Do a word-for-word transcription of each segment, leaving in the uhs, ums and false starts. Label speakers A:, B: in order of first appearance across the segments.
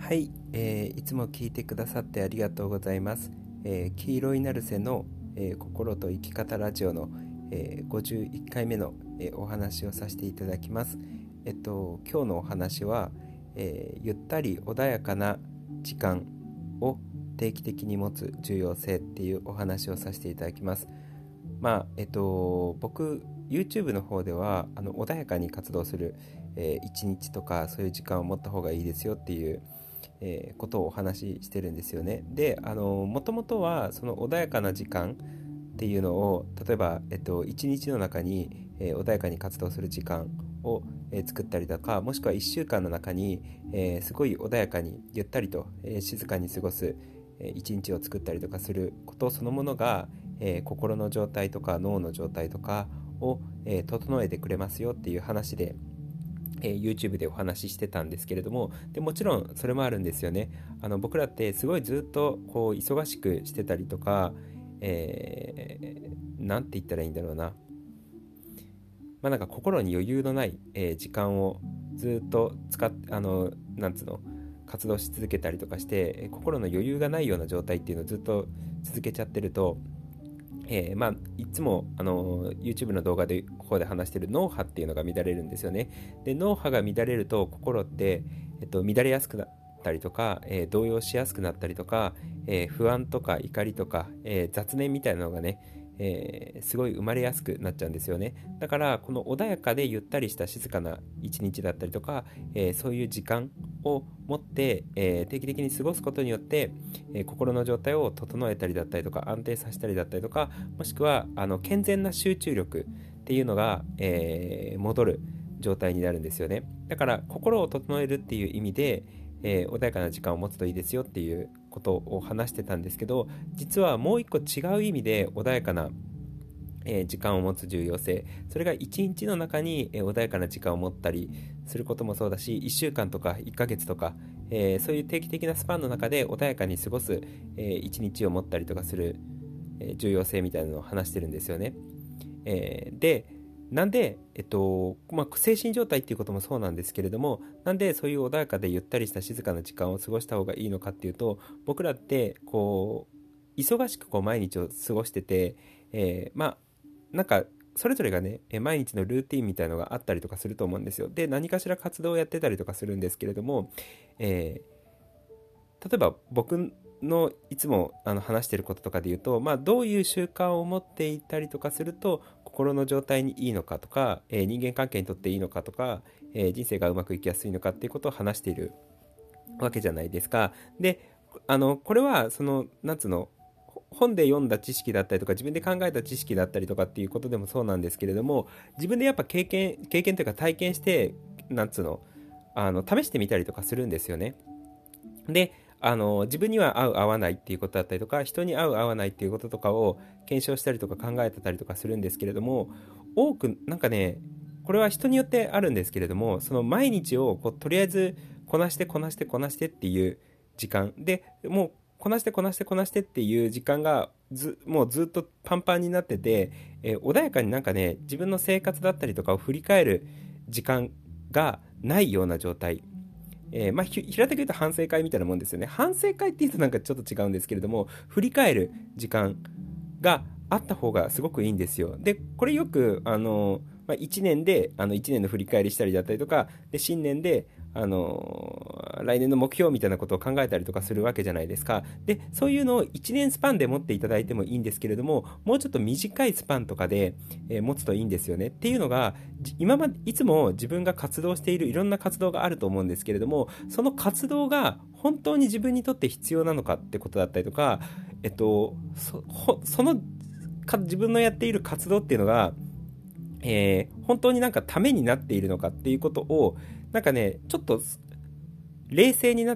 A: はい、えーいつも聞いてくださってありがとうございます。えー黄色いナルセの、えー心と生き方ラジオの、えーごじゅういっかいめの、えーお話をさせていただきます。えっと、今日のお話は、えーゆったり穏やかな時間を定期的に持つ重要性っていうお話をさせていただきます。まあえっと僕 YouTube の方ではあの穏やかに活動する、えー一日とかそういう時間を持った方がいいですよっていうえーことをお話ししてるんですよね。で、あのもともとはその穏やかな時間っていうのを例えば、えっと、いちにちの中に、えー穏やかに活動する時間を、えー作ったりとか、もしくはいっしゅうかんの中に、えーすごい穏やかにゆったりと、えー静かに過ごす、えーいちにちを作ったりとかすることそのものが、えー心の状態とか脳の状態とかを、えー整えてくれますよっていう話で、えー YouTube でお話ししてたんですけれども、でもちろんそれもあるんですよね。あの僕らってすごいずっとこう忙しくしてたりとか、えー、なんて言ったらいいんだろうな、まあ、なんか心に余裕のない、えー時間をずっと使っあのなんつうの活動し続けたりとかして、えー心の余裕がないような状態っていうのをずっと続けちゃってると、えーまあ、いつも、あの YouTube の動画でここで話している脳波っていうのが乱れるんですよね。で脳波が乱れると心って、えっと、乱れやすくなったりとか、えー動揺しやすくなったりとか、えー不安とか怒りとか、えー雑念みたいなのがね、えーすごい生まれやすくなっちゃうんですよね。だからこの穏やかでゆったりした静かな一日だったりとか、えーそういう時間を持って、えー定期的に過ごすことによって、えー心の状態を整えたりだったりとか安定させたりだったりとか、もしくはあの健全な集中力っていうのが、えー戻る状態になるんですよね。だから心を整えるっていう意味で、えー穏やかな時間を持つといいですよっていうことを話してたんですけど、実はもう一個違う意味で穏やかなえー時間を持つ重要性、それがいちにちの中に、えー穏やかな時間を持ったりすることもそうだし、いっしゅうかんとかいっかげつとか、えーそういう定期的なスパンの中で穏やかに過ごす、えーいちにちを持ったりとかする、えー重要性みたいなのを話してるんですよね。えーでなんで、えっとまあ、精神状態っていうこともそうなんですけれども、なんでそういう穏やかでゆったりした静かな時間を過ごした方がいいのかっていうと、僕らってこう忙しくこう毎日を過ごしてて、えーまあなんかそれぞれがね、え毎日のルーティンみたいのがあったりとかすると思うんですよ。で、何かしら活動をやってたりとかするんですけれども、えー例えば僕のいつもあの話していることとかで言うと、まあ、どういう習慣を持っていたりとかすると心の状態にいいのかとか、えー人間関係にとっていいのかとか、えー人生がうまくいきやすいのかっていうことを話しているわけじゃないですか。で、あのこれはそのなんつうの本で読んだ知識だったりとか自分で考えた知識だったりとかっていうことでもそうなんですけれども、自分でやっぱ経験経験というか体験して、なんつうのあの試してみたりとかするんですよね。で、あの自分には合う合わないっていうことだったりとか、人に合う合わないっていうこととかを検証したりとか考えてたりとかするんですけれども、多くなんかね、これは人によってあるんですけれども、その毎日をこうとりあえずこなしてこなしてこなしてっていう時間で、もうこなしてこなしてこなしてっていう時間がずもうずっとパンパンになってて、えー穏やかになんかね自分の生活だったりとかを振り返る時間がないような状態。えーまあ、ひ平たく言うと反省会みたいなもんですよね。反省会っていうとなんかちょっと違うんですけれども、振り返る時間があった方がすごくいいんですよ。で、これよく、あの、まあ、いちねんで、あの、いちねんの振り返りしたりだったりとか、で、新年で、あの、来年の目標みたいなことを考えたりとかするわけじゃないですか。で、そういうのをいちねんスパンで持っていただいてもいいんですけれども、もうちょっと短いスパンとかで、えー持つといいんですよね。っていうのが、じ今まで、いつも自分が活動しているいろんな活動があると思うんですけれども、その活動が本当に自分にとって必要なのかってことだったりとか、えっと、そほそのか自分のやっている活動っていうのが、えー本当になんかためになっているのかっていうことを、なんかね、ちょっと冷静になって、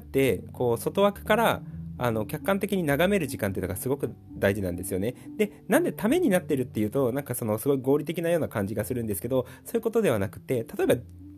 A: こう、外枠から、あの、客観的に眺める時間っていうのがすごく大事なんですよね。で、なんでためになってるっていうと、なんかその、すごい合理的なような感じがするんですけど、そういうことではなくて、例えば、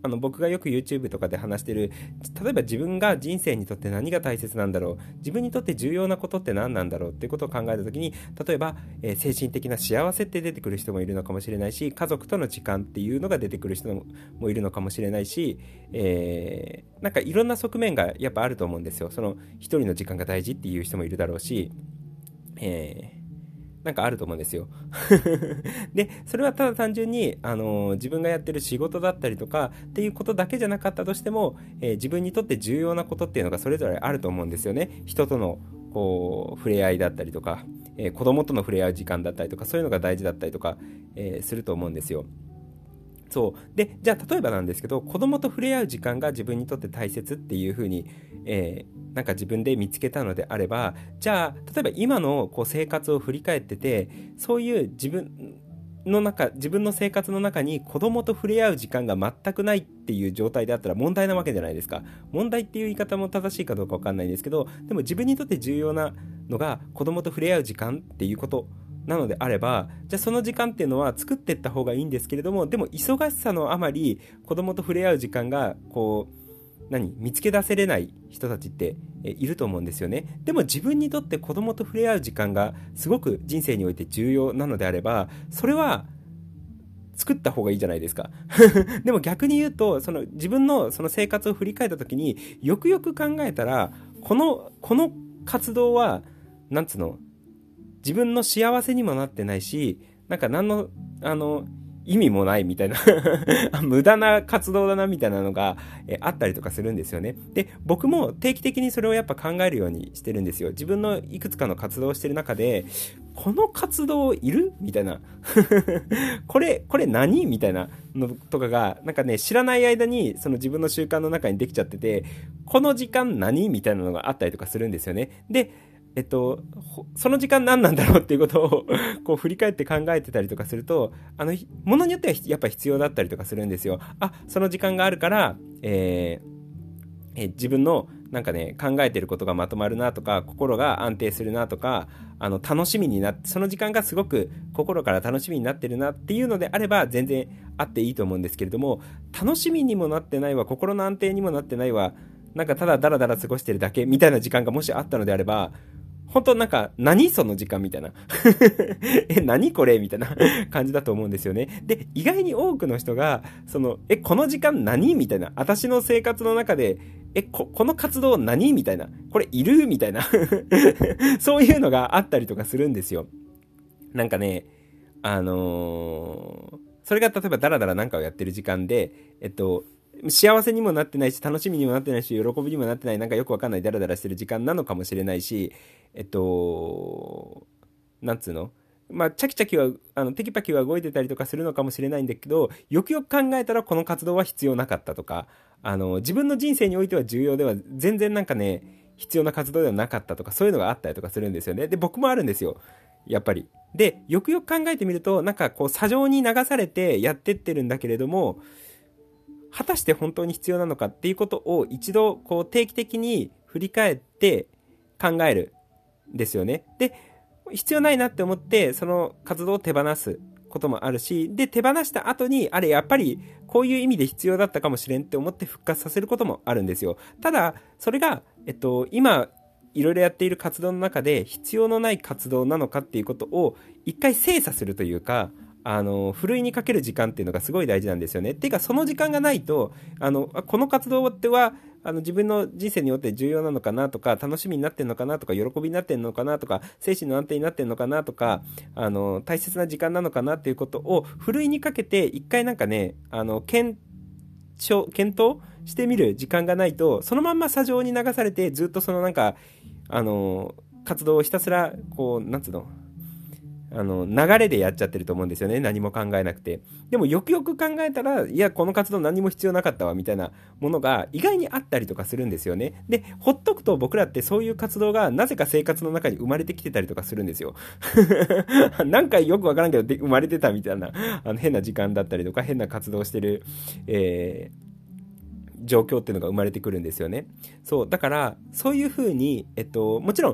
A: あの僕がよく YouTube とかで話してる、例えば自分が人生にとって何が大切なんだろう、自分にとって重要なことって何なんだろうっていうことを考えたときに、例えば、えー、精神的な幸せって出てくる人もいるのかもしれないし、家族との時間っていうのが出てくる人もいるのかもしれないし、えー、なんかいろんな側面がやっぱあると思うんですよ。その一人の時間が大事っていう人もいるだろうし、えーなんかあると思うんですよで、それはただ単純に、あのー自分がやってる仕事だったりとかっていうことだけじゃなかったとしても、えー自分にとって重要なことっていうのがそれぞれあると思うんですよね。人とのこう触れ合いだったりとか、えー子供との触れ合う時間だったりとか、そういうのが大事だったりとか、えーすると思うんですよ。そうで、じゃあ例えばなんですけど、子供と触れ合う時間が自分にとって大切っていう風に、えー、なんか自分で見つけたのであれば、じゃあ例えば今のこう生活を振り返ってて、そういう自分の中自分の生活の中に子供と触れ合う時間が全くないっていう状態であったら問題なわけじゃないですか。問題っていう言い方も正しいかどうか分かんないんですけど、でも自分にとって重要なのが子供と触れ合う時間っていうことなのであれば、じゃあその時間っていうのは作っていった方がいいんですけれども、でも忙しさのあまり子供と触れ合う時間がこう何見つけ出せれない人たちっていると思うんですよね。でも自分にとって子供と触れ合う時間がすごく人生において重要なのであれば、それは作った方がいいじゃないですかでも逆に言うと、その自分のその生活を振り返った時によくよく考えたら、このこの活動はなんつうの、自分の幸せにもなってないし、なんか何のあの意味もないみたいな無駄な活動だなみたいなのが、えあったりとかするんですよね。で、僕も定期的にそれをやっぱ考えるようにしてるんですよ。自分のいくつかの活動をしてる中で、この活動いるみたいなこれこれ何みたいなのとかがなんかね、知らない間にその自分の習慣の中にできちゃってて、この時間何みたいなのがあったりとかするんですよね。で、えっと、その時間何なんだろうっていうことをこう振り返って考えてたりとかすると、あのものによってはやっぱ必要だったりとかするんですよ。あ、その時間があるから、えー、え自分のなんかね、考えてることがまとまるなとか、心が安定するなとか、あの楽しみになって、その時間がすごく心から楽しみになってるなっていうのであれば全然あっていいと思うんですけれども、楽しみにもなってないわ、心の安定にもなってないわ、なんかただダラダラ過ごしてるだけみたいな時間がもしあったのであれば、本当なんか何その時間みたいなえ何これみたいな感じだと思うんですよね。で、意外に多くの人がそのえこの時間何みたいな、私の生活の中でえ こ, この活動何みたいな、これいるみたいなそういうのがあったりとかするんですよ。なんかね、あのー、それが例えばダラダラなんかをやってる時間で、えっと幸せにもなってないし、楽しみにもなってないし、喜びにもなってない、なんかよくわかんないダラダラしてる時間なのかもしれないし、えっとなんつうの、まあチャキチャキはあのテキパキは動いてたりとかするのかもしれないんだけど、よくよく考えたらこの活動は必要なかったとか、あの自分の人生においては重要では全然なんかね、必要な活動ではなかったとか、そういうのがあったりとかするんですよね。で、僕もあるんですよ、やっぱり。で、よくよく考えてみると、なんかこう砂上に流されてやってってるんだけれども、果たして本当に必要なのかっていうことを一度こう定期的に振り返って考えるんですよね。で、必要ないなって思ってその活動を手放すこともあるし、で手放した後にあれやっぱりこういう意味で必要だったかもしれんって思って復活させることもあるんですよ。ただそれが、えっと、今いろいろやっている活動の中で必要のない活動なのかっていうことを一回精査するというか、あのふるいにかける時間っていうのがすごい大事なんですよね。っていうか、その時間がないと、あのこの活動ってはあの自分の人生によって重要なのかなとか、楽しみになってんのかなとか、喜びになってんのかなとか、精神の安定になってんのかなとか、あの大切な時間なのかなっていうことをふるいにかけて一回なんかね、あの検証検討してみる時間がないと、そのまんま砂上に流されてずっとそのなんかあの活動をひたすらこうなんつうのあの流れでやっちゃってると思うんですよね。何も考えなくて。でもよくよく考えたら、いやこの活動何も必要なかったわみたいなものが意外にあったりとかするんですよね。で、ほっとくと僕らってそういう活動がなぜか生活の中に生まれてきてたりとかするんですよなんかよくわからんけどで生まれてたみたいな、あの変な時間だったりとか変な活動をしてる、えー、状況っていうのが生まれてくるんですよね。そうだからそういう風に、えっと、もちろん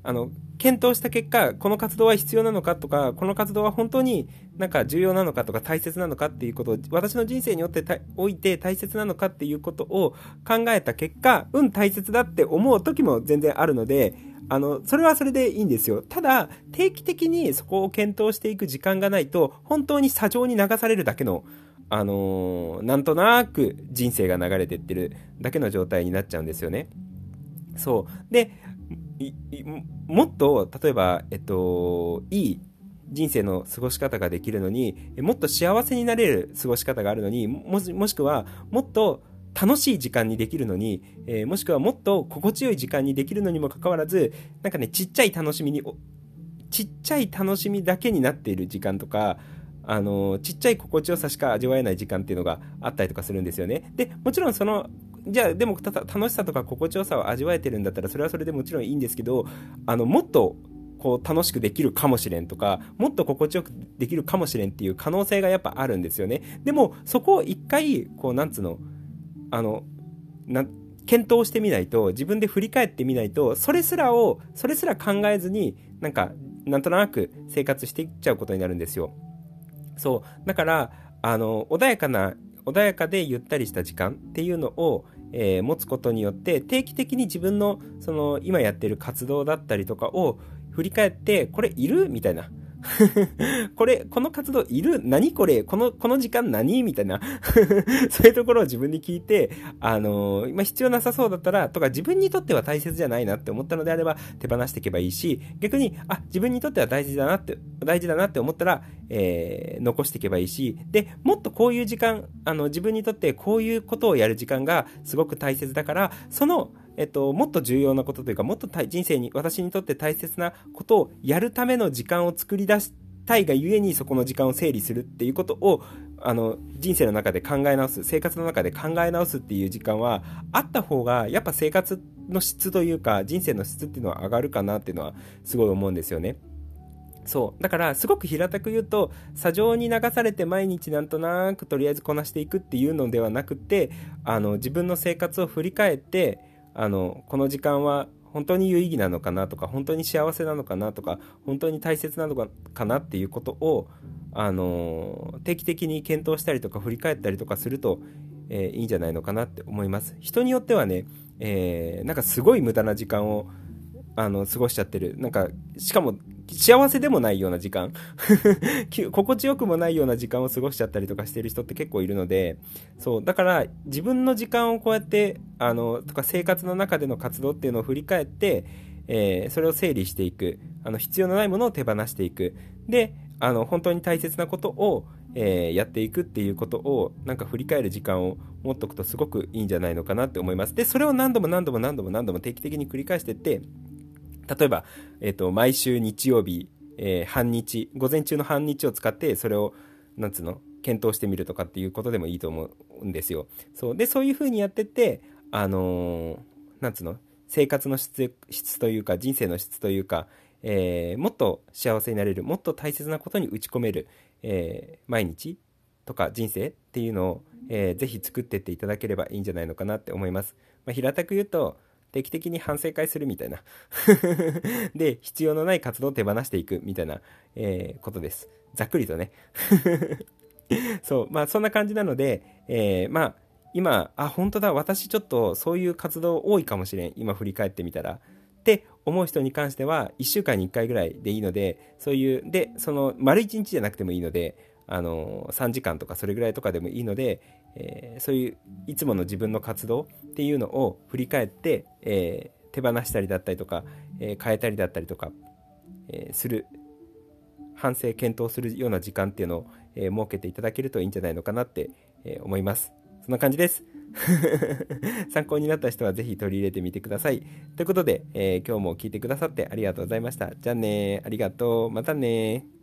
A: あの検討した結果、この活動は必要なのかとか、この活動は本当になんか重要なのかとか大切なのかっていうことを、私の人生におってたおいて大切なのかっていうことを考えた結果、うん大切だって思う時も全然あるので、あのそれはそれでいいんですよ。ただ定期的にそこを検討していく時間がないと、本当に砂上に流されるだけの、あのー、なんとなく人生が流れてってるだけの状態になっちゃうんですよね。そうで、いいもっと例えば、えっと、いい人生の過ごし方ができるのに、もっと幸せになれる過ごし方があるのに、もし、もしくはもっと楽しい時間にできるのに、えー、もしくはもっと心地よい時間にできるのにもかかわらず、なんかね、ちっちゃい楽しみにちっちゃい楽しみだけになっている時間とか、あのちっちゃい心地よさしか味わえない時間っていうのがあったりとかするんですよね。でもちろんそのじゃあでもた楽しさとか心地よさを味わえてるんだったら、それはそれでもちろんいいんですけど、あのもっとこう楽しくできるかもしれんとか、もっと心地よくできるかもしれんっていう可能性がやっぱあるんですよね。でもそこを一回こうなんつうのあのな検討してみないと、自分で振り返ってみないと、それすらをそれすら考えずになんかなんとなく生活していっちゃうことになるんですよ。そうだからあの穏やかな穏やかでゆったりした時間っていうのを、えー持つことによって、定期的に自分のその今やってる活動だったりとかを振り返って、これいるみたいなこれこの活動いる、何これ、このこの時間何みたいなそういうところを自分に聞いて、あのー、まあ、必要なさそうだったらとか、自分にとっては大切じゃないなって思ったのであれば手放していけばいいし、逆にあ自分にとっては大事だなって大事だなって思ったら、えー残していけばいいし、でもっとこういう時間、あの自分にとってこういうことをやる時間がすごく大切だから、そのえっと、もっと重要なことというか、もっと人生に私にとって大切なことをやるための時間を作り出したいがゆえに、そこの時間を整理するっていうことを、あの人生の中で考え直す、生活の中で考え直すっていう時間はあった方が、やっぱ生活の質というか人生の質っていうのは上がるかなっていうのはすごい思うんですよね。そうだからすごく平たく言うと、砂上に流されて毎日なんとなくとりあえずこなしていくっていうのではなくて、あの自分の生活を振り返って、あのこの時間は本当に有意義なのかなとか、本当に幸せなのかなとか、本当に大切なのかなっていうことを、あの定期的に検討したりとか振り返ったりとかすると、えーいいんじゃないのかなって思います。人によってはね、えーなんかすごい無駄な時間をあの過ごしちゃってる、なんかしかも幸せでもないような時間心地よくもないような時間を過ごしちゃったりとかしてる人って結構いるので、そうだから自分の時間をこうやってあのとか生活の中での活動っていうのを振り返って、えーそれを整理していく、あの必要のないものを手放していく、であの本当に大切なことを、えーやっていくっていうことをなんか振り返る時間を持っとくとすごくいいんじゃないのかなって思います。でそれを何度も何度も何度も何度も定期的に繰り返していって、例えば、えっと、毎週日曜日、えー半日、午前中の半日を使って、それを、なんつうの、検討してみるとかっていうことでもいいと思うんですよ。そう。で、そういう風にやってって、あのーなんつうの、生活の質、質というか、人生の質というか、えーもっと幸せになれる、もっと大切なことに打ち込める、えー毎日とか人生っていうのを、えーぜひ作っていっていただければいいんじゃないのかなって思います。まあ、平たく言うと、定期的に反省会するみたいなで必要のない活動を手放していくみたいな、えーことです。ざっくりとねそうまあそんな感じなので、えーまあ今あ本当だ、私ちょっとそういう活動多いかもしれん、今振り返ってみたらって思う人に関してはいっしゅうかんにいっかいぐらいでいいので、そういうでその丸いちにちじゃなくてもいいので、あのさんじかんとかそれぐらいとかでもいいので、えーそういういつもの自分の活動っていうのを振り返って、えー手放したりだったりとか、えー変えたりだったりとか、えーする反省検討するような時間っていうのを、えー設けていただけるといいんじゃないのかなって、えー思います。そんな感じです参考になった人はぜひ取り入れてみてください。ということで、えー今日も聞いてくださってありがとうございました。じゃあね、ありがとう、またね。